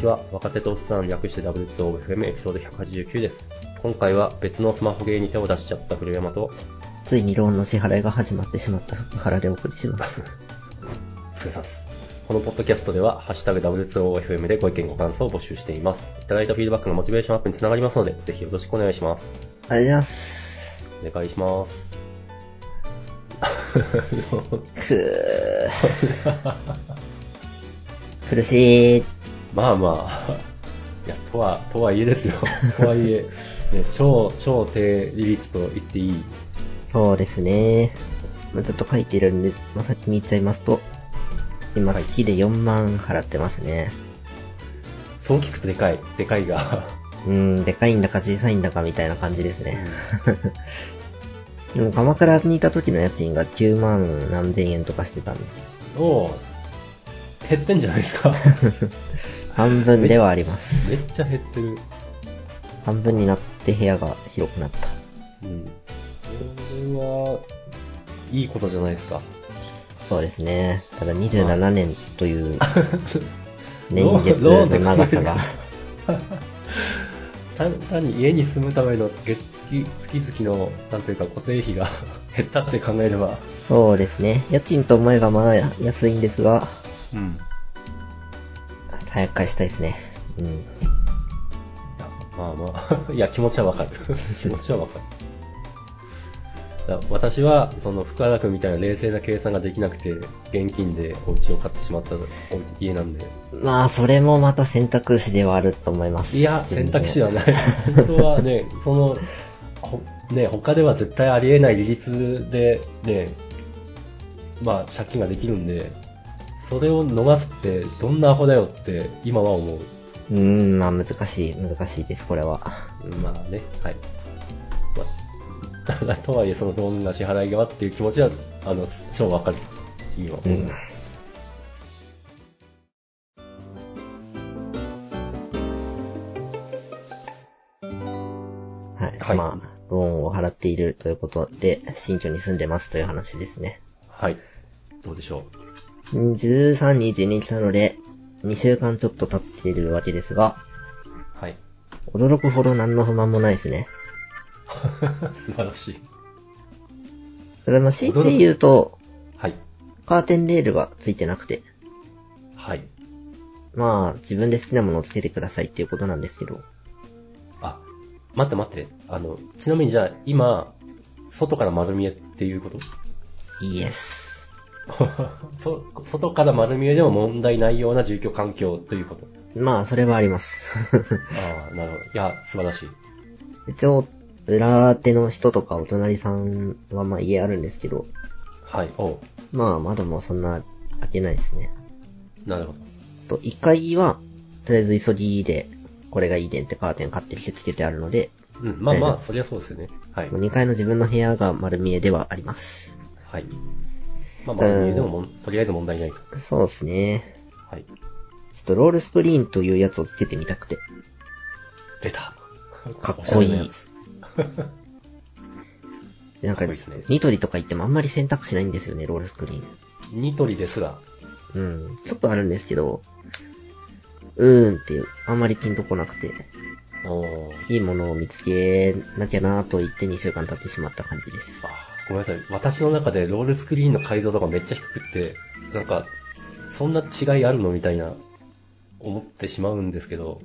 ちは。若手とおっさん略して W2OFM エピソード189です。今回は別のスマホゲーに手を出しちゃった古山と、 ついにローンの支払いが始まってしまった福原でお送りします。 お疲れ様です。このポッドキャストでは、ハッシュタグ W2OFM でご意見ご感想を募集しています。いただいたフィードバックのモチベーションアップにつながりますので、ぜひよろしくお願いします。 ありがとうございます。 お願いします。 苦しい。 まあまあ、いや、とはいえですよ。とはいえ、ね、超低利率と言っていい。 そうですね。ずっと書いてるんで、先に言っちゃいますと、今月で4万払ってますね。 そう聞くとでかいが。 でかいんだか小さいんだかみたいな感じですね。でも鎌倉にいた時の家賃が9万何千円とかしてたんです。 おー、減ってんじゃないですか。 半分ではあります。 めっちゃ減ってる。 半分になって部屋が広くなった。 それは、いいことじゃないですか。 そうですね。ただ27年という年月の長さが単に家に住むための月々のなんていうか固定費が減ったって考えれば、 そうですね。家賃と思えばまあ安いんですが、早く返したいですね。 まあいや気持ちはわかる。気持ちはわかる。私はその福原君みたいな冷静な計算ができなくて現金でお家を買ってしまった家なんで、 まあそれもまた選択肢ではあると思います。 いや選択肢はない。本当はね、他では絶対ありえない利率でね、まあ借金ができるんで、それを逃すってどんなアホだよって今は思う。 まあ難しいです、これは。 まあね、はい。とはいえそのローンが支払い側っていう気持ちは超わかる。今は。 はい。まあ、ローンを払っているということで、新居に住んでますという話ですね。 はい。どうでしょう。13日に来たので、2週間ちょっと経っているわけですが、 はい。 驚くほど何の不満もないですね。 素晴らしい。 ただまあ、強いて言うと、 はい。 カーテンレールがついてなくて、 はい。 まあ、自分で好きなものをつけてくださいっていうことなんですけど。 あ、待って。ちなみにじゃあ、今、外から丸見えっていうこと？ イエス。 外から丸見えでも問題ないような住居環境ということ？ まあ、それはあります。 ああ、なるほど。いや、素晴らしい。 一応、裏手の人とかお隣さんはまあ家あるんですけど、 はい。 まあ、窓もそんな開けないですね。 なるほど。 1階は、とりあえず急ぎで、これがいいねってカーテン買ってきてつけてあるので、 まあ、そりゃそうですよね。はい。 2階の自分の部屋が丸見えではあります。 はい。まあ、丸見えでもとりあえず問題ないと。 そうですね。 はい。 ちょっとロールスクリーンというやつをつけてみたくて。 出た。 かっこいい。なんか、 いいですね。 ニトリとか行ってもあんまり選択肢ないんですよね、ロールスクリーン。 ニトリですが。 ちょっとあるんですけど、っていう、あんまりピンとこなくて、いいものを見つけなきゃなぁと言って2週間経ってしまった感じです。 ごめんなさい。私の中でロールスクリーンの解像度がめっちゃ低くって、なんか、そんな違いあるのみたいな、思ってしまうんですけど。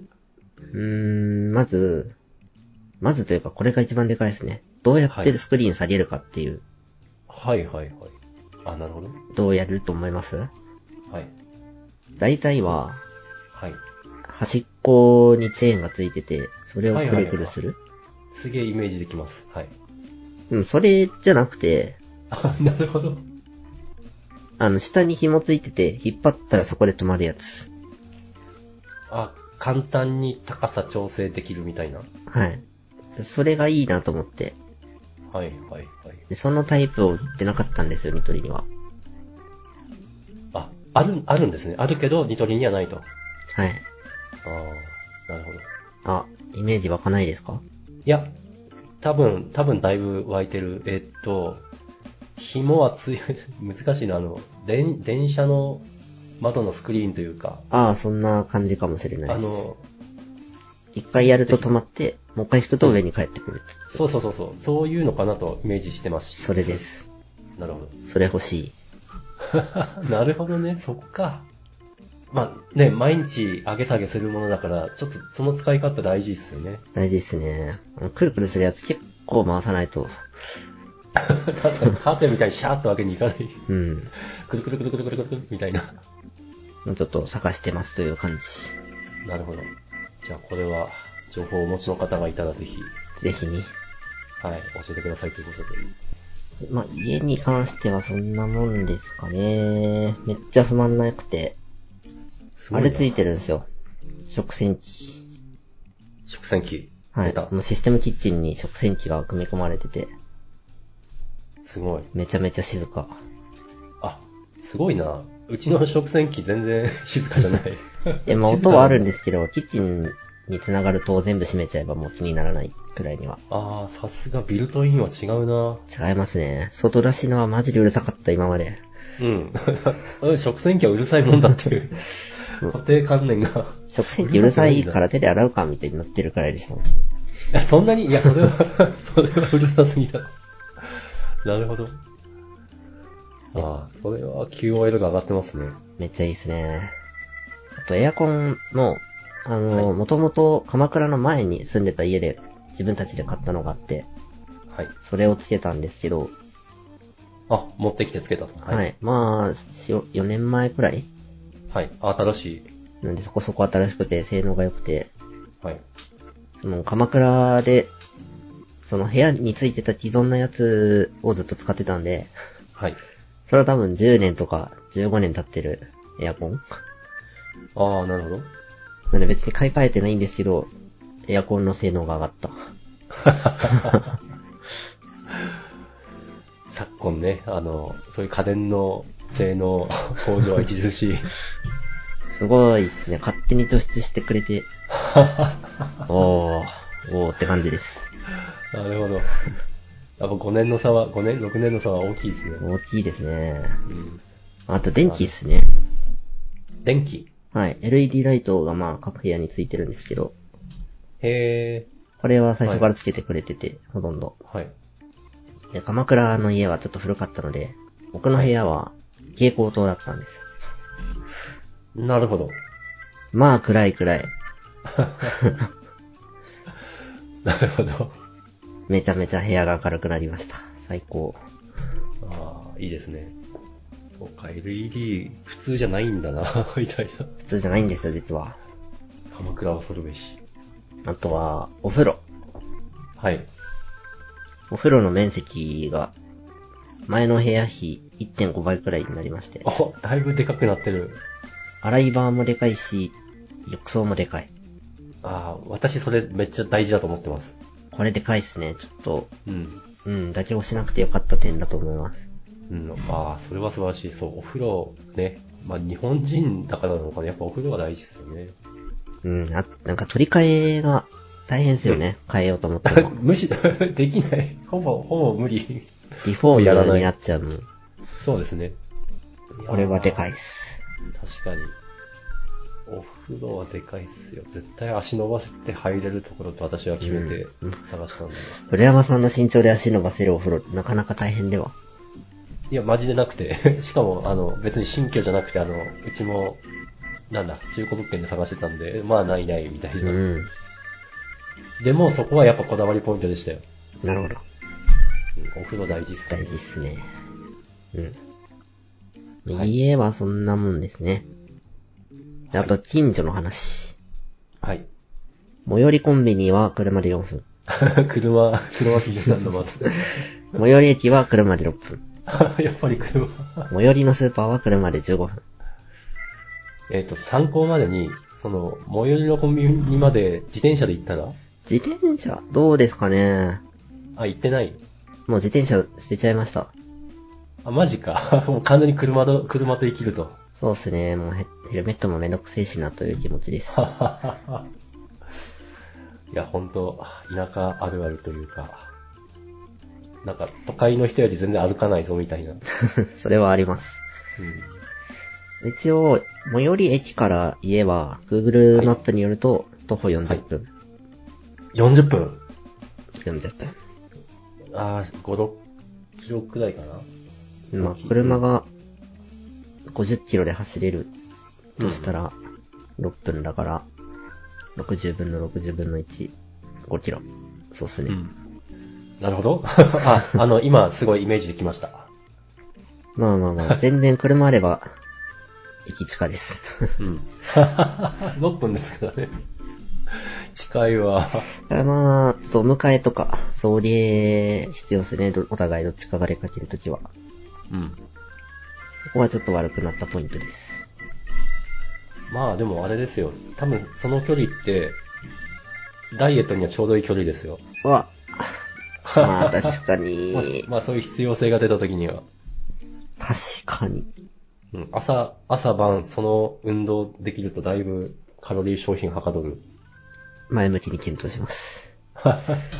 まずというかこれが一番でかいですね。どうやってスクリーン下げるかっていう。 はい。あ、なるほど。 どうやると思います？ はい。 大体は、 はい。 端っこにチェーンがついてて、それをくるくるする。 すげえイメージできます。はい。 それじゃなくて、 なるほど。 下に紐ついてて、引っ張ったらそこで止まるやつ。 簡単に高さ調整できるみたいな。 はい。それがいいなと思って。 はい。 で、そのタイプを売ってなかったんですよ、ニトリには。 あるんですね。あるけど、ニトリにはないと。 はい。 なるほど。イメージ湧かないですか？ いや、多分だいぶ湧いてる。紐は難しいな、電車の窓のスクリーンというか。 ああ、そんな感じかもしれないです。一回やると止まって、もう一回引くと上に帰ってくる。 そう。そういうのかなとイメージしてます。 それです。 なるほど。 それ欲しい。 なるほどね、そっか。まあね、毎日上げ下げするものだから、ちょっとその使い方大事ですよね。 大事ですね。くるくるするやつ結構回さないと。 確かにカーテンみたいにシャーッとわけにいかない。 うん。 くるくるくるくるくるくるみたいな。 もうちょっと探してますという感じ。 なるほど。じゃあこれは情報をお持ちの方がいたらぜひ。 ぜひに。 はい、教えてくださいということで。 まあ、家に関してはそんなもんですかね。めっちゃ不満なくて。あれついてるんですよ。食洗機。 食洗機。 はい。もうシステムキッチンに食洗機が組み込まれてて。 すごい。 めちゃめちゃ静か。 あ、すごいな。うちの食洗機全然静かじゃない。 まあ音はあるんですけど、キッチンに繋がると全部閉めちゃえばもう気にならないくらいには。 ああ、さすがビルトインは違うな。 違いますね。外出しのはマジでうるさかった今まで。 うん。食洗機はうるさいもんだっていう固定観念が。 食洗機うるさいから手で洗うかみたいになってるくらいでしたもん。 いや、そんなに、いや、それはうるさすぎだ。なるほど。ああ、それは QOL が上がってますね。 めっちゃいいですね。あとエアコンの、もともと鎌倉の前に住んでた家で自分たちで買ったのがあって、 はい。 それをつけたんですけど、 あ、持ってきてつけたと。 はい。まあ、4年前くらいはい。新しい。 なんでそこそこ新しくて性能が良くて、 はい。 その鎌倉で、その部屋についてた既存なやつをずっと使ってたんで、 はい。 それは多分10年とか15年経ってるエアコンああ、なるほど。 なんで別に買い替えてないんですけど、エアコンの性能が上がった。 昨今ね、そういう家電の性能向上は著しい。 すごいですね。勝手に除湿してくれて。おーって感じです。 なるほど。やっぱ5年の差は、5年 ?6 年の差は大きいですね。 大きいですね。 うん。 あと電気ですね。 電気。 はい。LED ライトがまあ各部屋についてるんですけど。 へー。 これは最初からつけてくれてて、ほとんど。 はい。 で、鎌倉の家はちょっと古かったので、僕の部屋は蛍光灯だったんですよ。 なるほど。 まあ暗い。 なるほど。 めちゃめちゃ部屋が明るくなりました。最高。 ああ、いいですね。そうか、LED 普通じゃないんだな、みたいな。 普通じゃないんですよ、実は。 鎌倉恐るべし。 あとは、お風呂。 はい。 お風呂の面積が、前の部屋比 1.5 倍くらいになりまして。 お、だいぶでかくなってる。 洗い場もでかいし、浴槽もでかい。 ああ、私それめっちゃ大事だと思ってます。 これでかいっすね。ちょっと、 うん。 妥協しなくてよかった点だと思います。 うん、ああ、それは素晴らしい。そう、お風呂ね。まあ日本人だからなのかな。やっぱお風呂が大事ですよね。 なんか取り替えが大変ですよね。変えようと思っても。 無視、できない。ほぼ無理。 リフォームになっちゃうもん。 そうですね。 これはでかいっす。 確かに。お風呂はでかいっすよ。絶対足伸ばせて入れるところと私は決めて探したんで。 古山さんの身長で足伸ばせるお風呂、なかなか大変では。 いや、マジでなくて。しかも、別に新居じゃなくて、うちも、中古物件で探してたんで、まあ、ないみたいな。でも、そこはやっぱこだわりポイントでしたよ。 なるほど。 お風呂大事っすね。 大事っすね。家はそんなもんですね。あと、近所の話。 はい。 最寄りコンビニは車で4分。 車基準なんだ、まず。 最寄り駅は車で6分。 やっぱり車。 最寄りのスーパーは車で15分。 参考までに、最寄りのコンビニまで自転車で行ったら？ 自転車どうですかね。 あ、行ってない？ もう自転車捨てちゃいました。 あ、マジか。もう完全に車と生きると。 そうっすね。もうヘルメットもめんどくせえしなという気持ちです。 いや、ほんと、田舎あるあるというか、なんか都会の人より全然歩かないぞみたいな。 それはあります。 一応、最寄り駅から家は、Google マップによると、徒歩40分。 40分 40分。 ああ、5、6キロくらいかな。 まあ、車が50キロで走れるとしたら、6分だから、60分の60分の1、5キロ。そうっすね。 なるほど。今すごいイメージできました。 まあ、全然車あれば、駅近です。 6分ですからね。近いわ。 まあ、ちょっとお迎えとか、送迎必要ですね。お互いどっちかが出かけるときは。そこはちょっと悪くなったポイントです。 まあでもあれですよ。多分その距離って、ダイエットにはちょうどいい距離ですよ。 まあ確かに。 まあそういう必要性が出たときには。 確かに。 朝晩その運動できるとだいぶカロリー消費がはかどる。 前向きに検討します。 はい。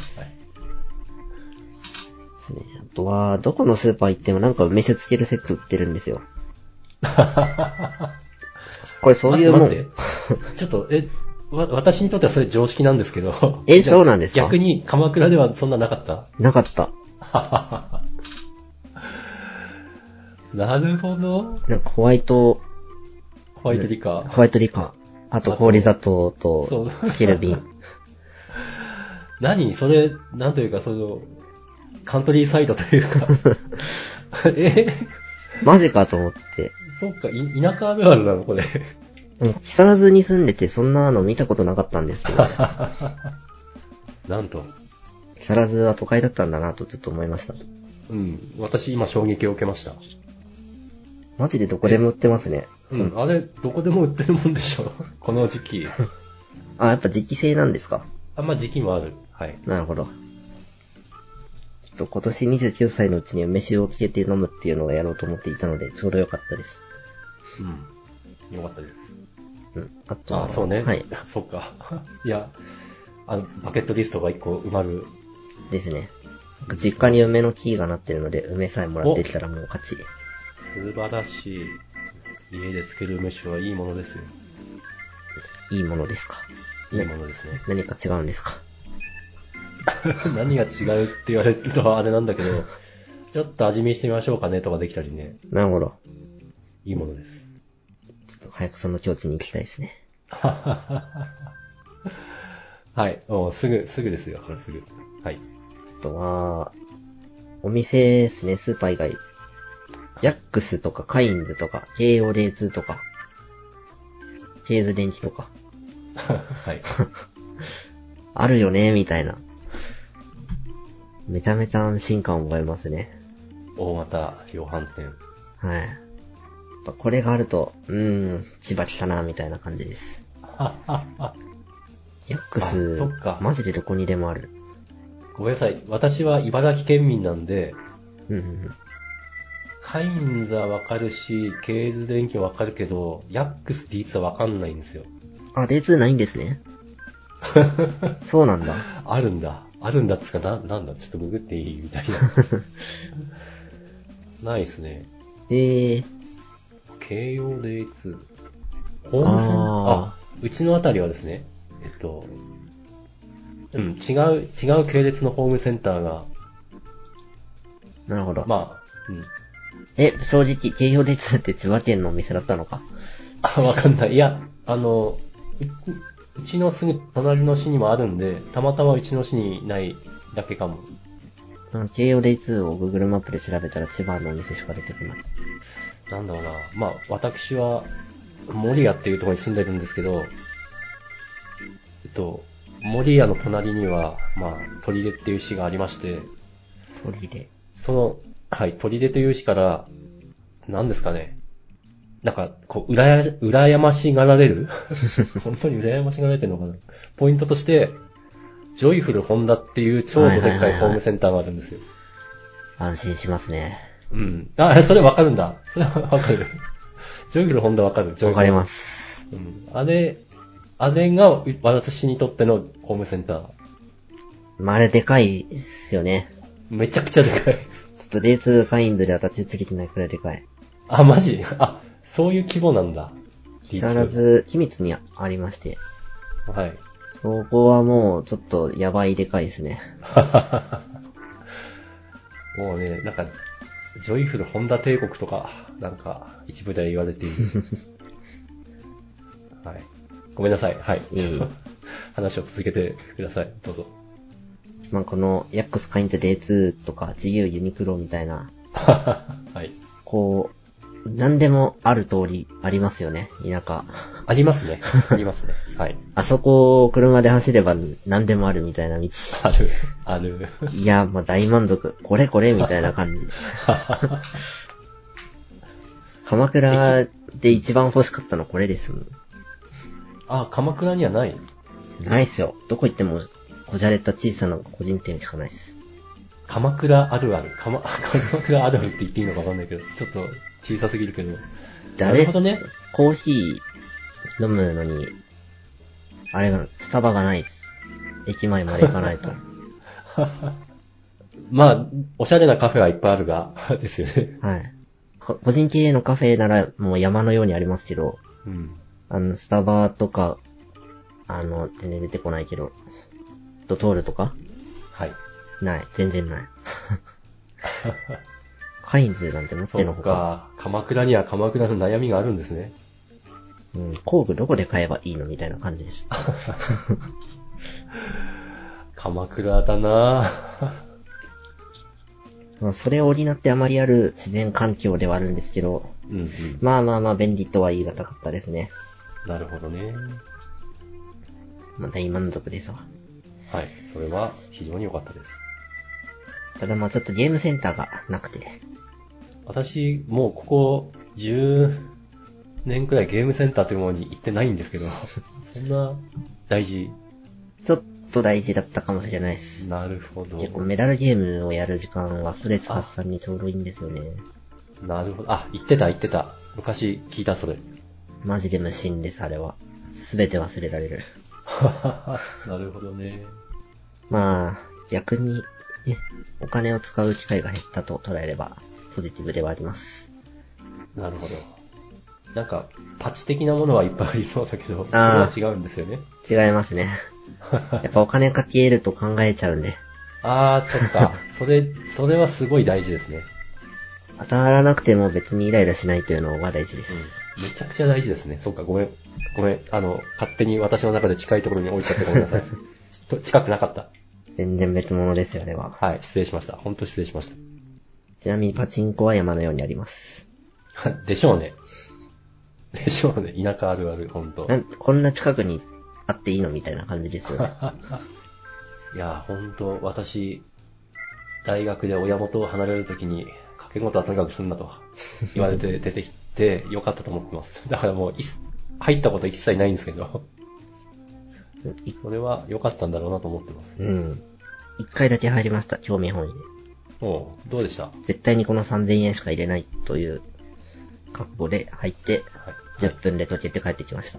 ですね。あとは、どこのスーパー行ってもなんか梅酒つけるセット売ってるんですよ。これそういうもん。 待って。ちょっと、私にとってはそれ常識なんですけど。 そうなんですか？ 逆に鎌倉ではそんななかった？ なかった。 なるほど。 なんかホワイトリカー。 ホワイトリカー。あと氷砂糖とつける瓶。 何それ、なんというかカントリーサイドというか。 マジかと思って。 そっか、田舎あるあるなのこれ。 木更津に住んでてそんなの見たことなかったんですけど、ね。 なんと。 木更津は都会だったんだなとちょっと思いました。 私今衝撃を受けました。 マジでどこでも売ってますね。 あれ、どこでも売ってるもんでしょこの時期。 やっぱ時期性なんですか？ まあ時期もある。はい。 なるほど。ちょっと今年29歳のうちに梅酒をつけて飲むっていうのをやろうと思っていたので、ちょうどよかったです。 よかったです。 あとは。 そうね。 はい。 そっか。いや、バケットリストが1個埋まる。 ですね。実家に梅の木がなってるので、梅さえもらってきたらもう勝ち。 素晴らしい。家で漬ける梅酒はいいものですよ。 いいものですか？ いいものですね。 何か違うんですか？ 何が違うって言われるとあれなんだけど、ちょっと味見してみましょうかねとかできたりね。 なるほど。 いいものです。 ちょっと早くその境地に行きたいですね。 はい。すぐですよ。すぐ。はい。 あとは、お店ですね、スーパー以外。ヤックスとかカインズとか、京王冷通とか、ケーズ電気とか。 はい。 あるよね、みたいな。めちゃめちゃ安心感を覚えますね。 大型量販店。 はい。これがあると、千葉来たな、みたいな感じです。ヤックス、 そっか。 マジでどこにでもある。 ごめんなさい。私は茨城県民なんで、カインズはわかるし、ケーズ電気はわかるけど、ヤックスって実はわかんないんですよ。 冷通ないんですね。そうなんだ。 あるんだっつか、なんだちょっとググっていいみたいな。ないっすね。 京葉冷通。ホームセンター。うちのあたりはですね、違う系列のホームセンターが。 なるほど。 まあ、 正直、京葉電通って千葉県のお店だったのか。 わかんない。いや、うちのすぐ隣の市にもあるんで、たまたまうちの市にないだけかも。 京葉電通を Google マップで調べたら千葉のお店しか出てこない。 なんだろうな。まあ、私は、守谷っていうところに住んでるんですけど、守谷の隣には、まあ、取出っていう市がありまして、 取出。 取出という市から、何ですかね。なんか、羨ましがられる本当に羨ましがられてるのかな。ポイントとして、ジョイフルホンダっていう超どでっかいホームセンターがあるんですよ。 安心しますね。 それわかるんだ。それはわかる。ジョイフルホンダわかる。 わかります。 あれが私にとってのホームセンター。 あれでかいっすよね。 めちゃくちゃでかい。 ちょっとレースカインズでは立ちつけてないくらいでかい。 マジ？ そういう規模なんだ。 木更津、君津にありまして。 はい。 そこはもうちょっとやばいでかいですね。 もうね、なんか、ジョイフルホンダ帝国とか、なんか、一部で言われている。はい。ごめんなさい。はい。話を続けてください。どうぞ。 まあ、この、ヤックスカイント D2 とか、自由ユニクロみたいな。 はい。 こう、何でもある通りありますよね、田舎。 ありますね。ありますね。はい。 あそこを車で走れば何でもあるみたいな道。 ある。 いや、もう大満足。これみたいな感じ。鎌倉で一番欲しかったのこれですもん。 あ、鎌倉にはない？ ないっすよ。どこ行っても、こじゃれた小さな個人店しかないっす。 鎌倉あるある。鎌倉あるあるって言っていいのかわかんないけど、ちょっと小さすぎるけど。なるほどね。 コーヒー飲むのに、あれが、スタバがないっす。駅前まで行かないと。 まあ、おしゃれなカフェはいっぱいあるが、ですよね。 はい。個人経営のカフェならもう山のようにありますけど、 うん。 スタバとか、全然出てこないけど、ドトールとかはい。 ない。全然ない。カインズなんて持ってのほか。 鎌倉には鎌倉の悩みがあるんですね。 うん、工具どこで買えばいいのみたいな感じです。 鎌倉だなまあそれを補ってあまりある自然環境ではあるんですけど、 うんうん、 まあ便利とは言い難かったですね。 なるほどね。 まあ大満足ですわ。 はい、それは非常に良かったです。 ただまあちょっとゲームセンターがなくて。 私、もうここ10年くらいゲームセンターというものに行ってないんですけど、そんな大事？ ちょっと大事だったかもしれないです。 なるほど。 結構メダルゲームをやる時間はストレス発散にちょうどいいんですよね。 なるほど。あ、言ってた。昔聞いたそれ。 マジで無心です、あれは。すべて忘れられる。 なるほどね。 まあ、逆に、ね、お金を使う機会が減ったと捉えれば、ポジティブではあります。 なるほど。なんか、パチ的なものはいっぱいありそうだけど、それは違うんですよね。 違いますね。やっぱお金かけると考えちゃうんで。 あー、そっか。それはすごい大事ですね。 当たらなくても別にイライラしないというのが大事です。 うん。めちゃくちゃ大事ですね。そっか、ごめん。勝手に私の中で近いところに置いちゃってごめんなさい。近くなかった。 全然別物ですよ、あれは。 はい、失礼しました。本当失礼しました。 ちなみにパチンコは山のようにあります。 でしょうね。でしょうね。田舎あるある、ほんと。 こんな近くにあっていいのみたいな感じですよね。 いや、ほんと、私、大学で親元を離れるときに、掛け事はとにかくすんなと言われて出てきてよかったと思ってます。だからもう、入ったこと一切ないんですけど、それは良かったんだろうなと思ってます。 うん。一回だけ入りました、興味本位で。 どうでした？ 絶対にこの3000円しか入れないという覚悟で入って、はい、10分で解けて帰ってきました。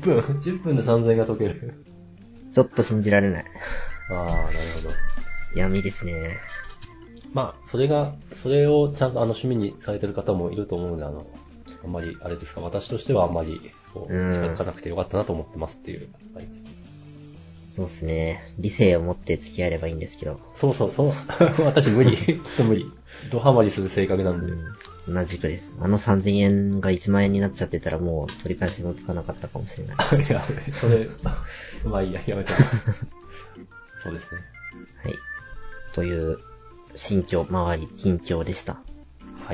10分で3000円が解ける。 ちょっと信じられない。 ああ、なるほど。 闇ですね。 まあ、それをちゃんと趣味にされてる方もいると思うので、あんまり、あれですか、私としてはあんまり、近づかなくてよかったなと思ってますっていう。はい、 そうですね。理性を持って付き合えればいいんですけど。 そう。私無理。きっと無理。ドハマりする性格なんで。 同じくです。3000円が1万円になっちゃってたらもう取り返しもつかなかったかもしれない。 いや、それ、まあいいや、やめて。そうですね。 はい。という、心境、周り、近況でした。 はい。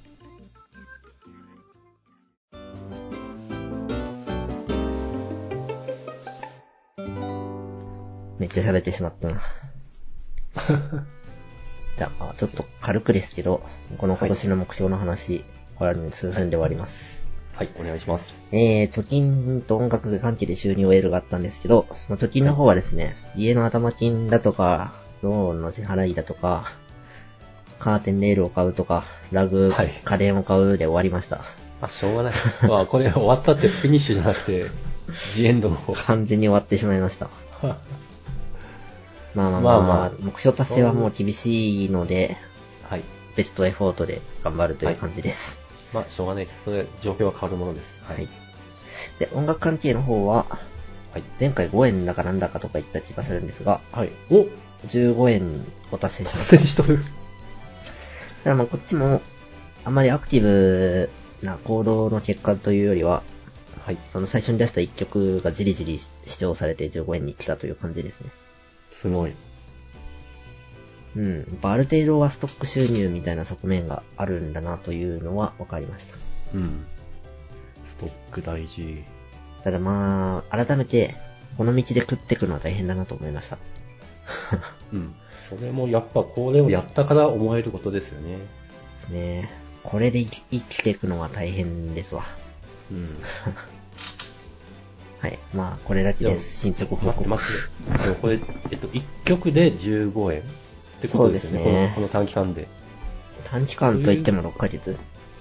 めっちゃ喋ってしまったな。じゃあ、ちょっと軽くですけど、この今年の目標の話、これは数分で終わります。 はい、お願いします。 貯金と音楽関係で収入を得るがあったんですけど、貯金の方はですね、家の頭金だとか、ローンの支払いだとか、カーテンレールを買うとか、ラグ、家電を買うで終わりました。 あ、しょうがない。まあ、これ終わったってフィニッシュじゃなくて、ジエンドの方。 完全に終わってしまいました。まあ、目標達成はもう厳しいので、はい。ベストエフォートで頑張るという感じです。 まあ、しょうがないです。それ、状況は変わるものです。 はい。で、音楽関係の方は、 はい。 前回5円だかなんだかとか言った気がするんですが、 はい。お 15円を達成しました。 達成しとる。 だからまあこっちも、あまりアクティブな行動の結果というよりは、 はい。 その最初に出した1曲がじりじり視聴されて15円に来たという感じですね。 すごい。 うん。やっぱある程度はストック収入みたいな側面があるんだなというのは分かりました。 うん。ストック大事。 ただまあ、改めて、この道で食ってくのは大変だなと思いました。 うん。それもやっぱこれをやったから思えることですよね。 ですね。これで生きていくのは大変ですわ。 うん。 はい。まあ、これだけです。進捗報告。 待って。でもこれ、1曲で15円ってことですよね。 そうですねこの短期間で。 短期間といっても6ヶ月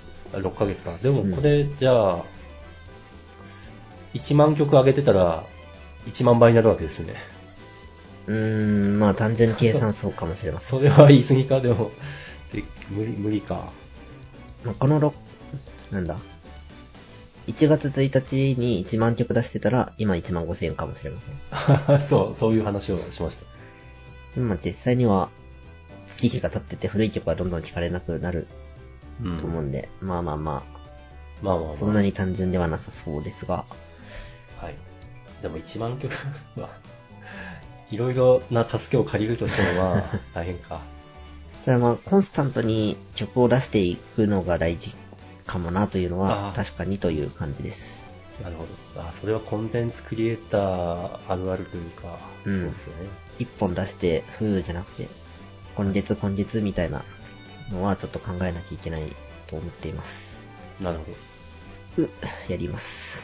6ヶ月か。でもこれ、じゃあ、1万曲上げてたら、1万倍になるわけですね。 まあ単純計算そうかもしれません。 それは言い過ぎか、でも、無理か。 まあ、このなんだ。1月1日に1万曲出してたら、今1万5000円かもしれません。 そういう話をしました。 まあ実際には、月日が経ってて古い曲はどんどん聴かれなくなると思うんで、まあ、 まあ。 そんなに単純ではなさそうですが。 はい。でも1万曲は、いろいろな助けを借りるとしてもまあ、大変か。 ただまあ、コンスタントに曲を出していくのが大事かもなというのは、確かにという感じです。 なるほど。それはコンテンツクリエイターあるあるというか、そうですよね。 一本出して、じゃなくて、今月みたいなのはちょっと考えなきゃいけないと思っています。 なるほど。 やります。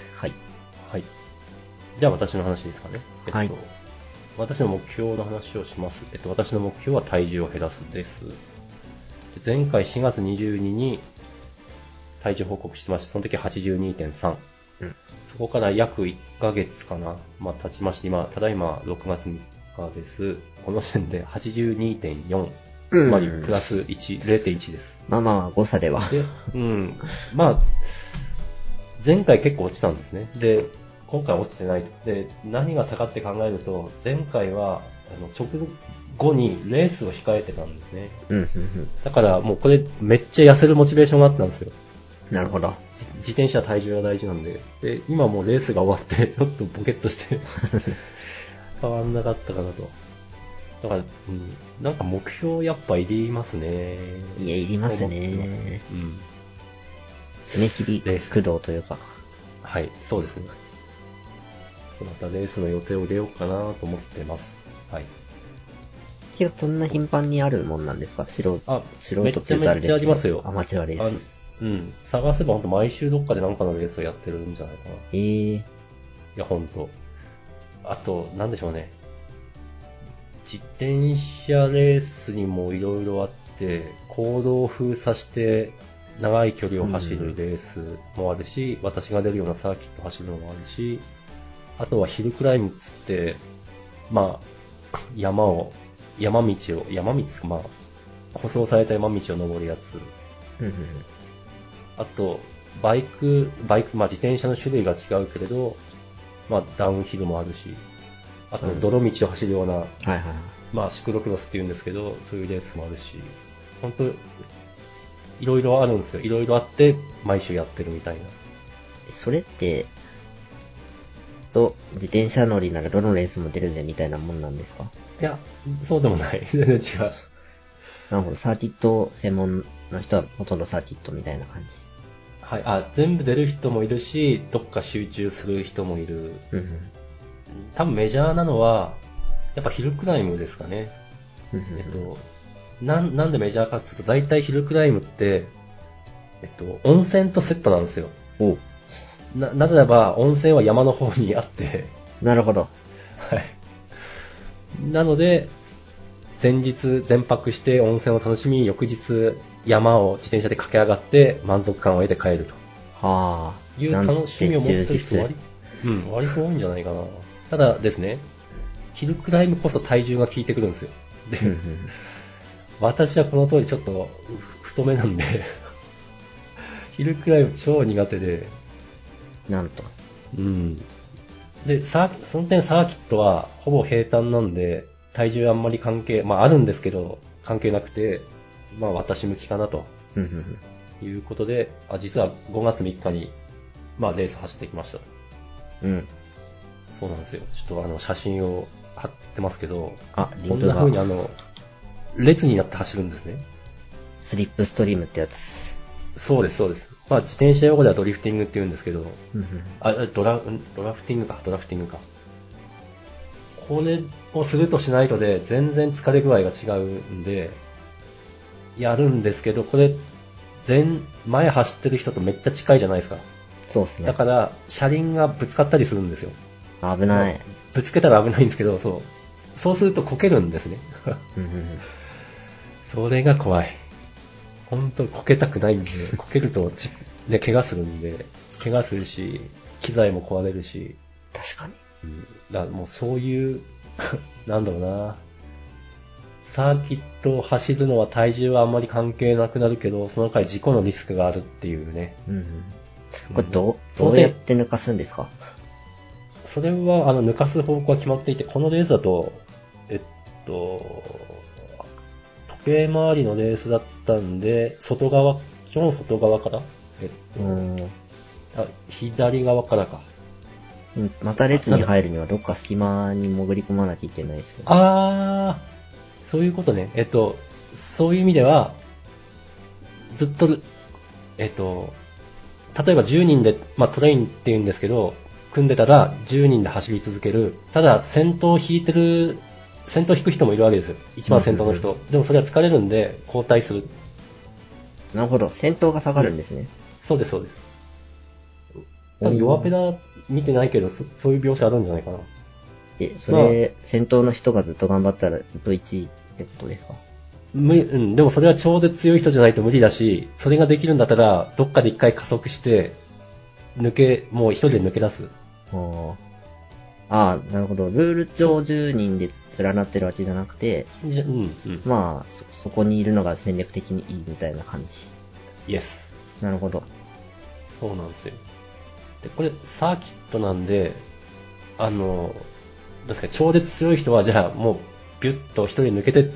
はい。 はい。じゃあ私の話ですかね。 はい。 私の目標の話をします。私の目標は体重を減らすです。前回4月22日に体重報告してました。その時 82.3。そこから約1ヶ月かな。まあ経ちまして、ただいま6月3日です。この時点で 82.4。つまりプラス1、0.1 です。 まあ、誤差では。 で、まあ、前回結構落ちたんですね。で、今回落ちてない。で、何が下がって考えると、前回は、直後にレースを控えてたんですね。だからもうこれめっちゃ痩せるモチベーションがあったんですよ。 なるほど。 自転車体重が大事なんで。で、今もうレースが終わって、ちょっとボケっとして変わんなかったかなと。だから、なんか目標やっぱいりますね。 いや、いりますね。締め切り駆動というか。 はい、そうですね。またレースの予定を入れようかなと思ってます。はい。 けど、そんな頻繁にあるもんなんですか？素人って言うとあれですけど。 めっちゃありますよ。 アマチュアレース。 探せばほんと毎週どっかでなんかのレースをやってるんじゃないかな。いや、ほんと。あと、なんでしょうね。自転車レースにもいろいろあって、公道を封鎖して長い距離を走るレースもあるし、私が出るようなサーキット走るのもあるし、あとはヒルクライムっつって、まあ、山道ですか、まあ、舗装された山道を登るやつ。あと、バイク、まあ自転車の種類が違うけれど、まあダウンヒルもあるし、あと泥道を走るような、まあシクロクロスって言うんですけど、そういうレースもあるし、本当いろいろあるんですよ。いろいろあって、毎週やってるみたいな。 それって、自転車乗りならどのレースも出るぜみたいなもんなんですか？ いや、そうでもない。全然違う。 なるほど、サーキット専門の人はほとんどサーキットみたいな感じ。 はい、全部出る人もいるし、どっか集中する人もいる。多分メジャーなのは、やっぱヒルクライムですかね。なんでメジャーかっていうと、大体ヒルクライムって、温泉とセットなんですよ。なぜならば、温泉は山の方にあって。 なるほど。 はい。なので、前泊して温泉を楽しみ、翌日山を自転車で駆け上がって満足感を得て帰ると。いう楽しみを持ってる人割と多いんじゃないかな。ただですね、ヒルクライムこそ体重が効いてくるんですよ。で、私はこの通りちょっと太めなんでヒルクライム超苦手で、 なんと。 うん。で、その点サーキットはほぼ平坦なんで、体重あんまり関係、まああるんですけど、関係なくて、まあ私向きかなということで、実は5月3日に、まあレース走ってきましたと。 うん。 そうなんですよ。ちょっと写真を貼ってますけど、 リンクが。 こんな風に列になって走るんですね。 スリップストリームってやつ。 そうです、そうです。まあ自転車用語ではドリフティングって言うんですけど、ドラフティングか。これをするとしないとで全然疲れ具合が違うんで、やるんですけど、これ、前走ってる人とめっちゃ近いじゃないですか。 そうですね。 だから、車輪がぶつかったりするんですよ。 危ない。 ぶつけたら危ないんですけど、そうするとこけるんですね。それが怖い。本当こけたくないんで、こけるとね、怪我するんで、怪我するし、機材も壊れるし。 確かに。 だからもうそういう、なんだろうな。サーキットを走るのは体重はあんまり関係なくなるけど、その回事故のリスクがあるっていうね。 これどうやって抜かすんですか？ それは、抜かす方向は決まっていて、このレースだと、時計回りのレースだったんで、基本外側から左側からか。 また列に入るにはどっか隙間に潜り込まなきゃいけないですよね。 そういうことね。そういう意味では、ずっと、例えば10人で、まあトレインって言うんですけど、組んでたら10人で走り続ける。ただ、先頭引く人もいるわけですよ。一番先頭の人。でもそれは疲れるんで、交代する。 なるほど。先頭が下がるんですね。 そうです、そうです。多分弱ペダ見てないけど、そういう描写あるんじゃないかな。 先頭の人がずっと頑張ったらずっと1位ってことですか？ でもそれは超絶強い人じゃないと無理だし、それができるんだったら、どっかで一回加速して、もう一人で抜け出す。 なるほど。ルール上10人で連なってるわけじゃなくて、まあ、そこにいるのが戦略的にいいみたいな感じ。 イエス。 なるほど。 そうなんですよ。で、これ、サーキットなんで、確かに超絶強い人は、じゃあもう、ビュッと一人抜けてって、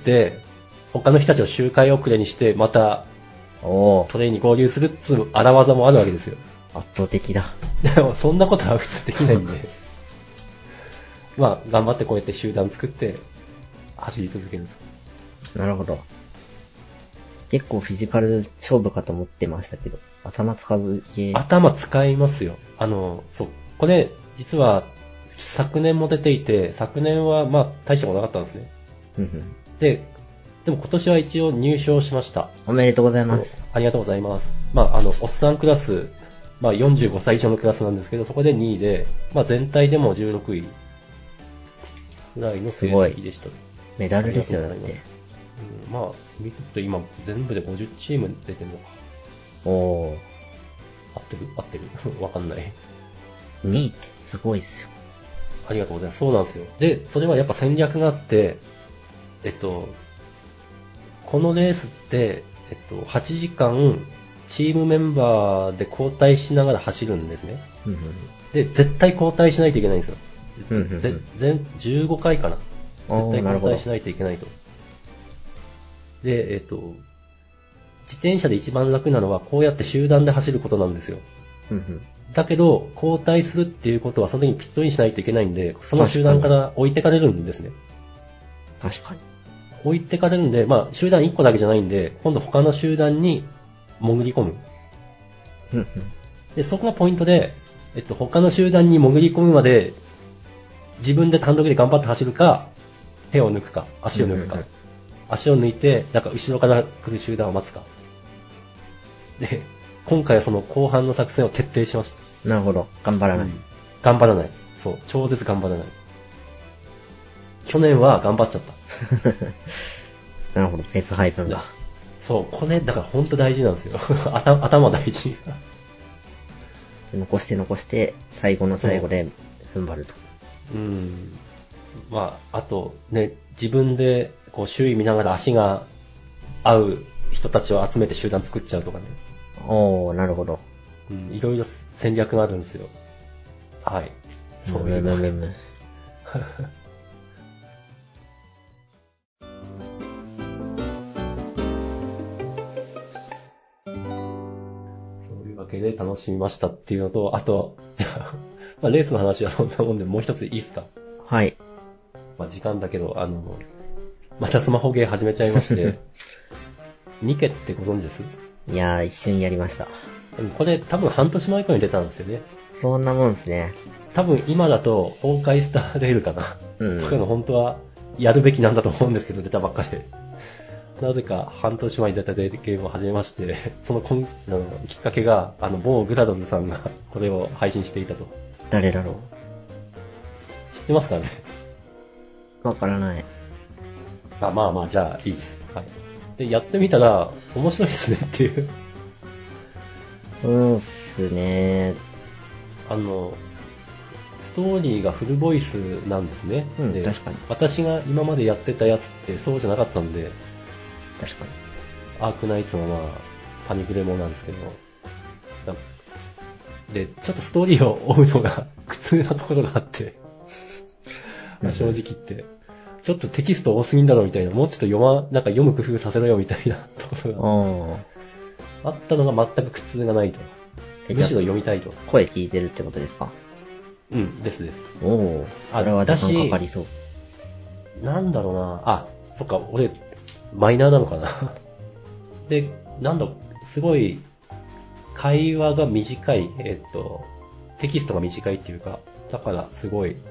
他の人たちを周回遅れにして、また、トレイに合流するっつう荒技もあるわけですよ。 圧倒的だ。 でも、そんなことは普通できないんで。まあ、頑張ってこうやって集団作って、走り続けるんです。 なるほど。結構フィジカル勝負かと思ってましたけど、頭使う系。 頭使いますよ。これ、実は、昨年も出ていて、昨年はまあ、大したことなかったんですね。でも今年は一応入賞しました。 おめでとうございます。 ありがとうございます。まあ、おっさんクラス、まあ45歳以上のクラスなんですけど、そこで2位で、まあ全体でも16位ぐらいの成績でした。 メダルですよ、だって。 まあ、見ると今全部で50チーム出てるのか。合ってるわかんない。 2位ってすごいですよ。 ありがとうございます。そうなんですよ。で、それはやっぱ戦略があって、このレースって、8時間、チームメンバーで交代しながら走るんですね。で、絶対交代しないといけないんですよ。15回かな。絶対交代しないといけないと。で、自転車で一番楽なのはこうやって集団で走ることなんですよ。だけど、交代するっていうことはその時にピットインしないといけないんで、その集団から置いてかれるんですね。 確かに。 置いてかれるんで、まあ、集団1個だけじゃないんで、今度他の集団に潜り込む。で、そこがポイントで、他の集団に潜り込むまで、自分で単独で頑張って走るか、手を抜くか、足を抜くか。足を抜いて、なんか後ろから来る集団を待つか。で、今回はその後半の作戦を徹底しました。 なるほど。頑張らない。 頑張らない。そう。超絶頑張らない。去年は頑張っちゃった。 なるほど。ペース配分が。 そう。これ、だから本当大事なんですよ。頭大事。 残して、最後の最後で踏ん張ると。 まあ、あとね、自分でこう周囲見ながら足が合う人たちを集めて集団作っちゃうとかね。 おー、なるほど。 うん、いろいろ戦略があるんですよ。はい。そういうの。そういうわけで楽しみましたっていうのと、あと、まあ、レースの話はそんなもんでもう一ついいですか？ はい。 まあ、時間だけど、またスマホゲー始めちゃいまして、ニケってご存知です？ いやー、一瞬やりました。 これ多分半年前くらいに出たんですよね。 そんなもんですね。 多分今だと崩壊スターレールかな。こういうの本当はやるべきなんだと思うんですけど、出たばっかで。なぜか半年前に出たゲームを始めまして、そのきっかけが、某グラドルさんがこれを配信していたと。 誰だろう？ 知ってますかね？ わからない。 まあ、じゃあいいです。はい。で、やってみたら面白いですねっていう。 そうっすね。 ストーリーがフルボイスなんですね。で、 確かに。 私が今までやってたやつってそうじゃなかったんで、 確かに。 アークナイツのパニクレモなんですけど、で、ちょっとストーリーを追うのが苦痛なところがあって、正直言って、ちょっとテキスト多すぎんだろみたいな、もうちょっと読む工夫させろよみたいなところがあったのが全く苦痛がないと。むしろ読みたいと。 声聞いてるってことですか？ うん、です。 おー、あれは時間かかりそう。 なんだろうな、そっか、俺、マイナーなのかな。で、すごい、会話が短い、テキストが短いっていうか、だからすごい、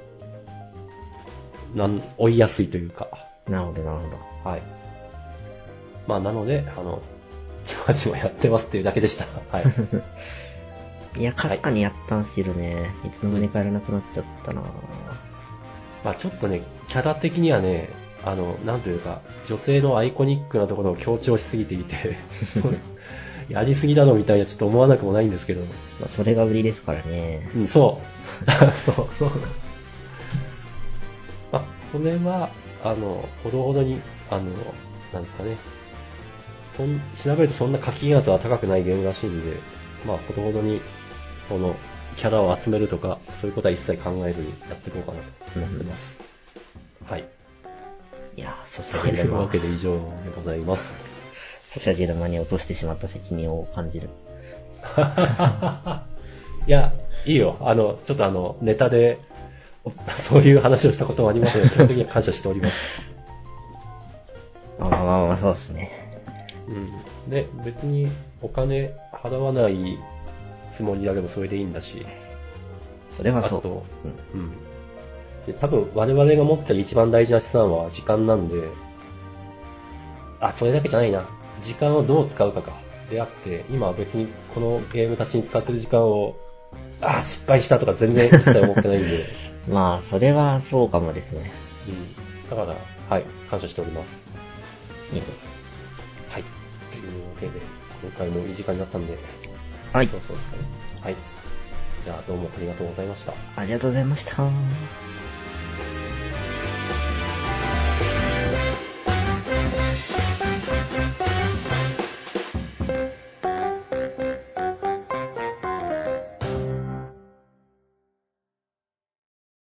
追いやすいというか。 なるほど。 はい。まあ、なので、ちまちまやってますっていうだけでした。はい。 いや、かすかにやったんすけどね、いつの間にかやらなくなっちゃったな。 まあちょっとね、キャラ的にはね、なんというか、女性のアイコニックなところを強調しすぎていて、やりすぎだろみたいなちょっと思わなくもないんですけど。 まあ、それが売りですからね。 うん、そう。そう。まあ、これは、ほどほどに、なんですかね。調べるとそんな課金圧は高くないゲームらしいんで、まあ、ほどほどに、キャラを集めるとか、そういうことは一切考えずにやっていこうかなと思ってます。はい。 いや、ソシとャゲいうわけで以上でございます。 ソシャゲ沼に落としてしまった責任を感じる。 いや、いいよ。ちょっとネタで、そういう話をしたこともありますので、基本的には感謝しております。 まあ、そうですね。 うん。で、別にお金払わないつもりだけどそれでいいんだし。 それはそう。 あと、で多分我々が持ってる一番大事な資産は時間なんで、それだけじゃないな。時間をどう使うかであって、今は別にこのゲームたちに使ってる時間を、失敗したとか全然一切思ってないんで。 まあ、それはそうかもですね。 だから、はい、感謝しております。 いいね。 はい。というわけで、今回もいい時間になったんで、 はい。 そうですかね。はい。じゃあ、どうもありがとうございました。 ありがとうございました。